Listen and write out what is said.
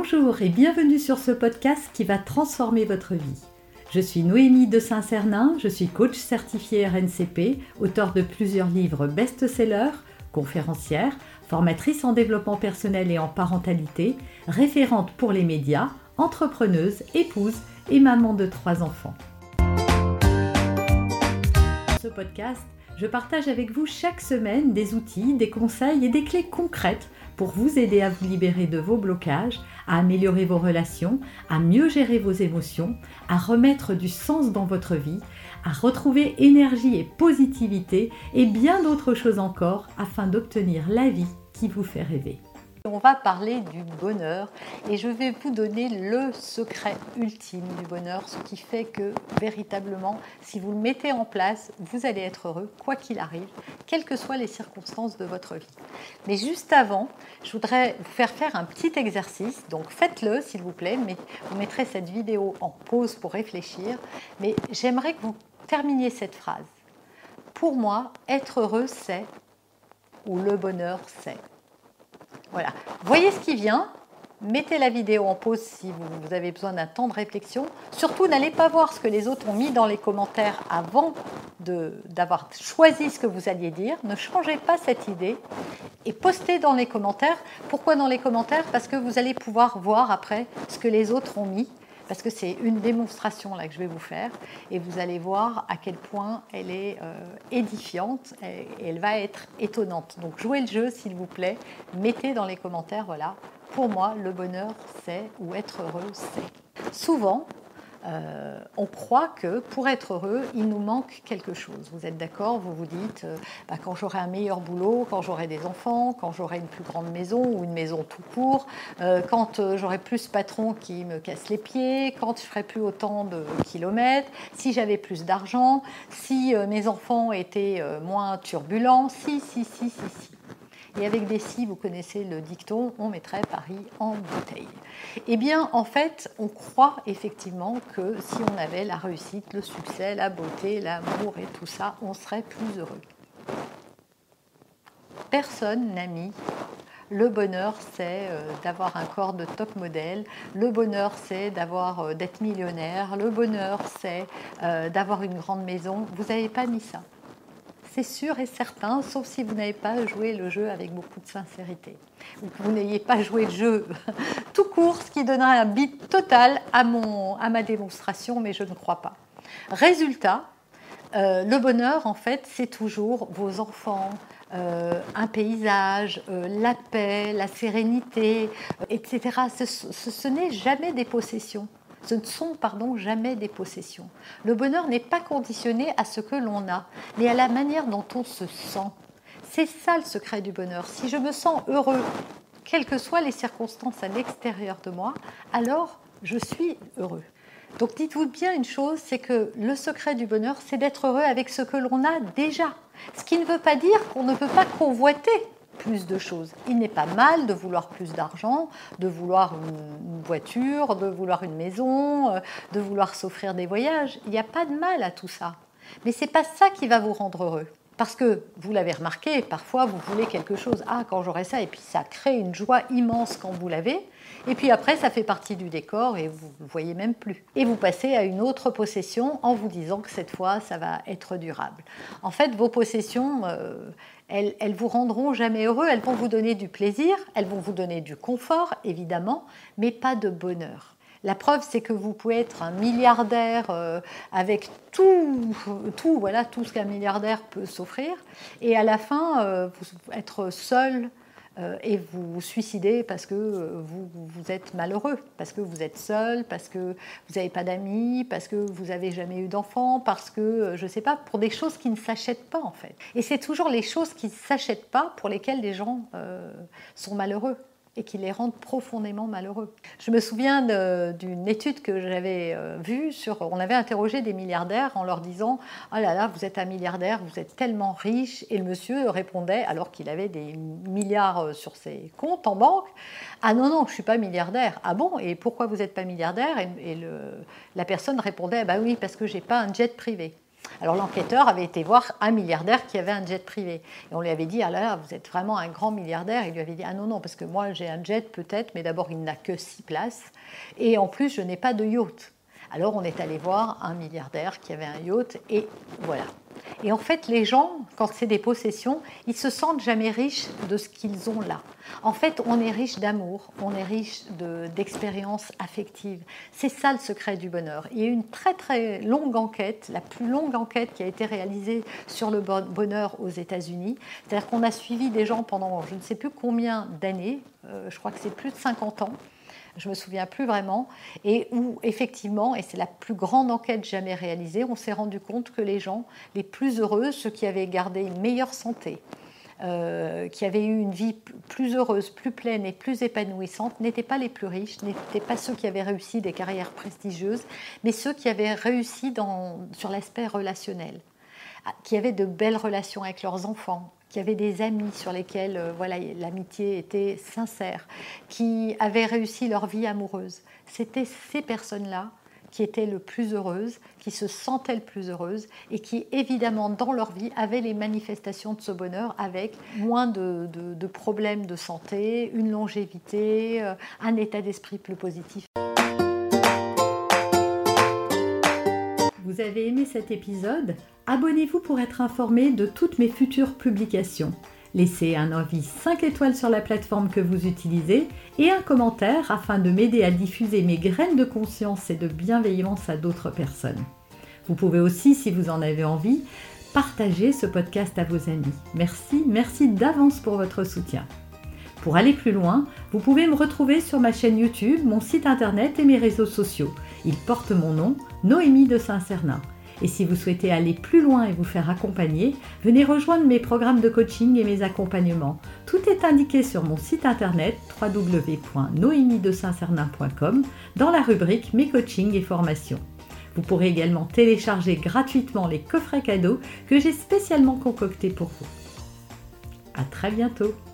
Bonjour et bienvenue sur ce podcast qui va transformer votre vie. Je suis Noémie de Saint-Cernin, je suis coach certifiée RNCP, auteure de plusieurs livres best-sellers, conférencière, formatrice en développement personnel et en parentalité, référente pour les médias, entrepreneuse, épouse et maman de 3 enfants. Dans ce podcast, je partage avec vous chaque semaine des outils, des conseils et des clés concrètes pour vous aider à vous libérer de vos blocages, à améliorer vos relations, à mieux gérer vos émotions, à remettre du sens dans votre vie, à retrouver énergie et positivité et bien d'autres choses encore afin d'obtenir la vie qui vous fait rêver. On va parler du bonheur et je vais vous donner le secret ultime du bonheur, ce qui fait que véritablement, si vous le mettez en place, vous allez être heureux, quoi qu'il arrive, quelles que soient les circonstances de votre vie. Mais juste avant, je voudrais vous faire un petit exercice, donc faites-le s'il vous plaît, mais vous mettrez cette vidéo en pause pour réfléchir, mais j'aimerais que vous terminiez cette phrase. Pour moi, être heureux, c'est, ou le bonheur, c'est. Voilà, voyez ce qui vient, mettez la vidéo en pause si vous avez besoin d'un temps de réflexion. Surtout, n'allez pas voir ce que les autres ont mis dans les commentaires avant d'avoir choisi ce que vous alliez dire. Ne changez pas cette idée et postez dans les commentaires. Pourquoi dans les commentaires? Parce que vous allez pouvoir voir après ce que les autres ont mis. Parce que c'est une démonstration là que je vais vous faire et vous allez voir à quel point elle est édifiante et elle va être étonnante. Donc jouez le jeu s'il vous plaît, mettez dans les commentaires, voilà, pour moi le bonheur c'est, ou être heureux c'est. Souvent, on croit que pour être heureux, il nous manque quelque chose. Vous êtes d'accord? Vous vous dites, quand j'aurai un meilleur boulot, quand j'aurai des enfants, quand j'aurai une plus grande maison ou une maison tout court, quand j'aurai plus ce patron qui me casse les pieds, quand je ferai plus autant de kilomètres, si j'avais plus d'argent, si mes enfants étaient moins turbulents, si. Et avec des si, vous connaissez le dicton, on mettrait Paris en bouteille. Eh bien, en fait, on croit effectivement que si on avait la réussite, le succès, la beauté, l'amour et tout ça, on serait plus heureux. Personne n'a mis le bonheur, c'est d'avoir un corps de top modèle. Le bonheur, c'est d'être millionnaire. Le bonheur, c'est d'avoir une grande maison. Vous n'avez pas mis ça. C'est sûr et certain, sauf si vous n'avez pas joué le jeu avec beaucoup de sincérité. Ou que vous n'ayez pas joué le jeu tout court, ce qui donnerait un bip total à ma démonstration, mais je ne crois pas. Résultat, le bonheur, en fait, c'est toujours vos enfants, un paysage, la paix, la sérénité, etc. Ce n'est jamais des possessions. Ce ne sont, jamais des possessions. Le bonheur n'est pas conditionné à ce que l'on a, mais à la manière dont on se sent. C'est ça le secret du bonheur. Si je me sens heureux, quelles que soient les circonstances à l'extérieur de moi, alors je suis heureux. Donc dites-vous bien une chose, c'est que le secret du bonheur, c'est d'être heureux avec ce que l'on a déjà. Ce qui ne veut pas dire qu'on ne peut pas convoiter plus de choses. Il n'est pas mal de vouloir plus d'argent, de vouloir une voiture, de vouloir une maison, de vouloir s'offrir des voyages. Il n'y a pas de mal à tout ça. Mais ce n'est pas ça qui va vous rendre heureux. Parce que, vous l'avez remarqué, parfois vous voulez quelque chose, quand j'aurai ça, et puis ça crée une joie immense quand vous l'avez, et puis après ça fait partie du décor et vous ne le voyez même plus. Et vous passez à une autre possession en vous disant que cette fois ça va être durable. En fait, vos possessions, elles vous rendront jamais heureux, elles vont vous donner du plaisir, elles vont vous donner du confort, évidemment, mais pas de bonheur. La preuve, c'est que vous pouvez être un milliardaire avec tout ce qu'un milliardaire peut s'offrir, et à la fin, vous être seul et vous suicider parce que vous êtes malheureux, parce que vous êtes seul, parce que vous n'avez pas d'amis, parce que vous n'avez jamais eu d'enfants, parce que, je ne sais pas, pour des choses qui ne s'achètent pas en fait. Et c'est toujours les choses qui ne s'achètent pas pour lesquelles les gens sont malheureux et qui les rendent profondément malheureux. Je me souviens d'une étude que j'avais vue, on avait interrogé des milliardaires en leur disant « Oh là là, vous êtes un milliardaire, vous êtes tellement riche » et le monsieur répondait, alors qu'il avait des milliards sur ses comptes en banque, « Ah non, je ne suis pas milliardaire. » « Ah bon, et pourquoi vous n'êtes pas milliardaire ?» Et la personne répondait « Bah oui, parce que je n'ai pas un jet privé. » Alors l'enquêteur avait été voir un milliardaire qui avait un jet privé. Et on lui avait dit, ah là, vous êtes vraiment un grand milliardaire. Il lui avait dit, ah non, non, parce que moi j'ai un jet peut-être, mais d'abord il n'a que 6 places. Et en plus, je n'ai pas de yacht. Alors on est allé voir un milliardaire qui avait un yacht et voilà. Et en fait, les gens, quand c'est des possessions, ils se sentent jamais riches de ce qu'ils ont là. En fait, on est riche d'amour, on est riche d'expériences affectives. C'est ça le secret du bonheur. Il y a eu une très très longue enquête, la plus longue enquête qui a été réalisée sur le bonheur aux États-Unis. C'est-à-dire qu'on a suivi des gens pendant je ne sais plus combien d'années, je crois que c'est plus de 50 ans. Je ne me souviens plus vraiment, et où effectivement, et c'est la plus grande enquête jamais réalisée, on s'est rendu compte que les gens les plus heureux, ceux qui avaient gardé une meilleure santé, qui avaient eu une vie plus heureuse, plus pleine et plus épanouissante, n'étaient pas les plus riches, n'étaient pas ceux qui avaient réussi des carrières prestigieuses, mais ceux qui avaient réussi sur l'aspect relationnel, qui avaient de belles relations avec leurs enfants, qui avaient des amis sur lesquels l'amitié était sincère, qui avaient réussi leur vie amoureuse. C'était ces personnes-là qui étaient le plus heureuses, qui se sentaient le plus heureuses et qui, évidemment, dans leur vie, avaient les manifestations de ce bonheur avec moins de problèmes de santé, une longévité, un état d'esprit plus positif. Vous avez aimé cet épisode ? Abonnez-vous pour être informé de toutes mes futures publications. Laissez un avis 5 étoiles sur la plateforme que vous utilisez et un commentaire afin de m'aider à diffuser mes graines de conscience et de bienveillance à d'autres personnes. Vous pouvez aussi, si vous en avez envie, partager ce podcast à vos amis. Merci d'avance pour votre soutien. Pour aller plus loin, vous pouvez me retrouver sur ma chaîne YouTube, mon site internet et mes réseaux sociaux. Ils portent mon nom, Noémie de Saint-Cernin. Et si vous souhaitez aller plus loin et vous faire accompagner, venez rejoindre mes programmes de coaching et mes accompagnements. Tout est indiqué sur mon site internet www.noemidesaintcernin.com dans la rubrique Mes coachings et formations. Vous pourrez également télécharger gratuitement les coffrets cadeaux que j'ai spécialement concoctés pour vous. À très bientôt.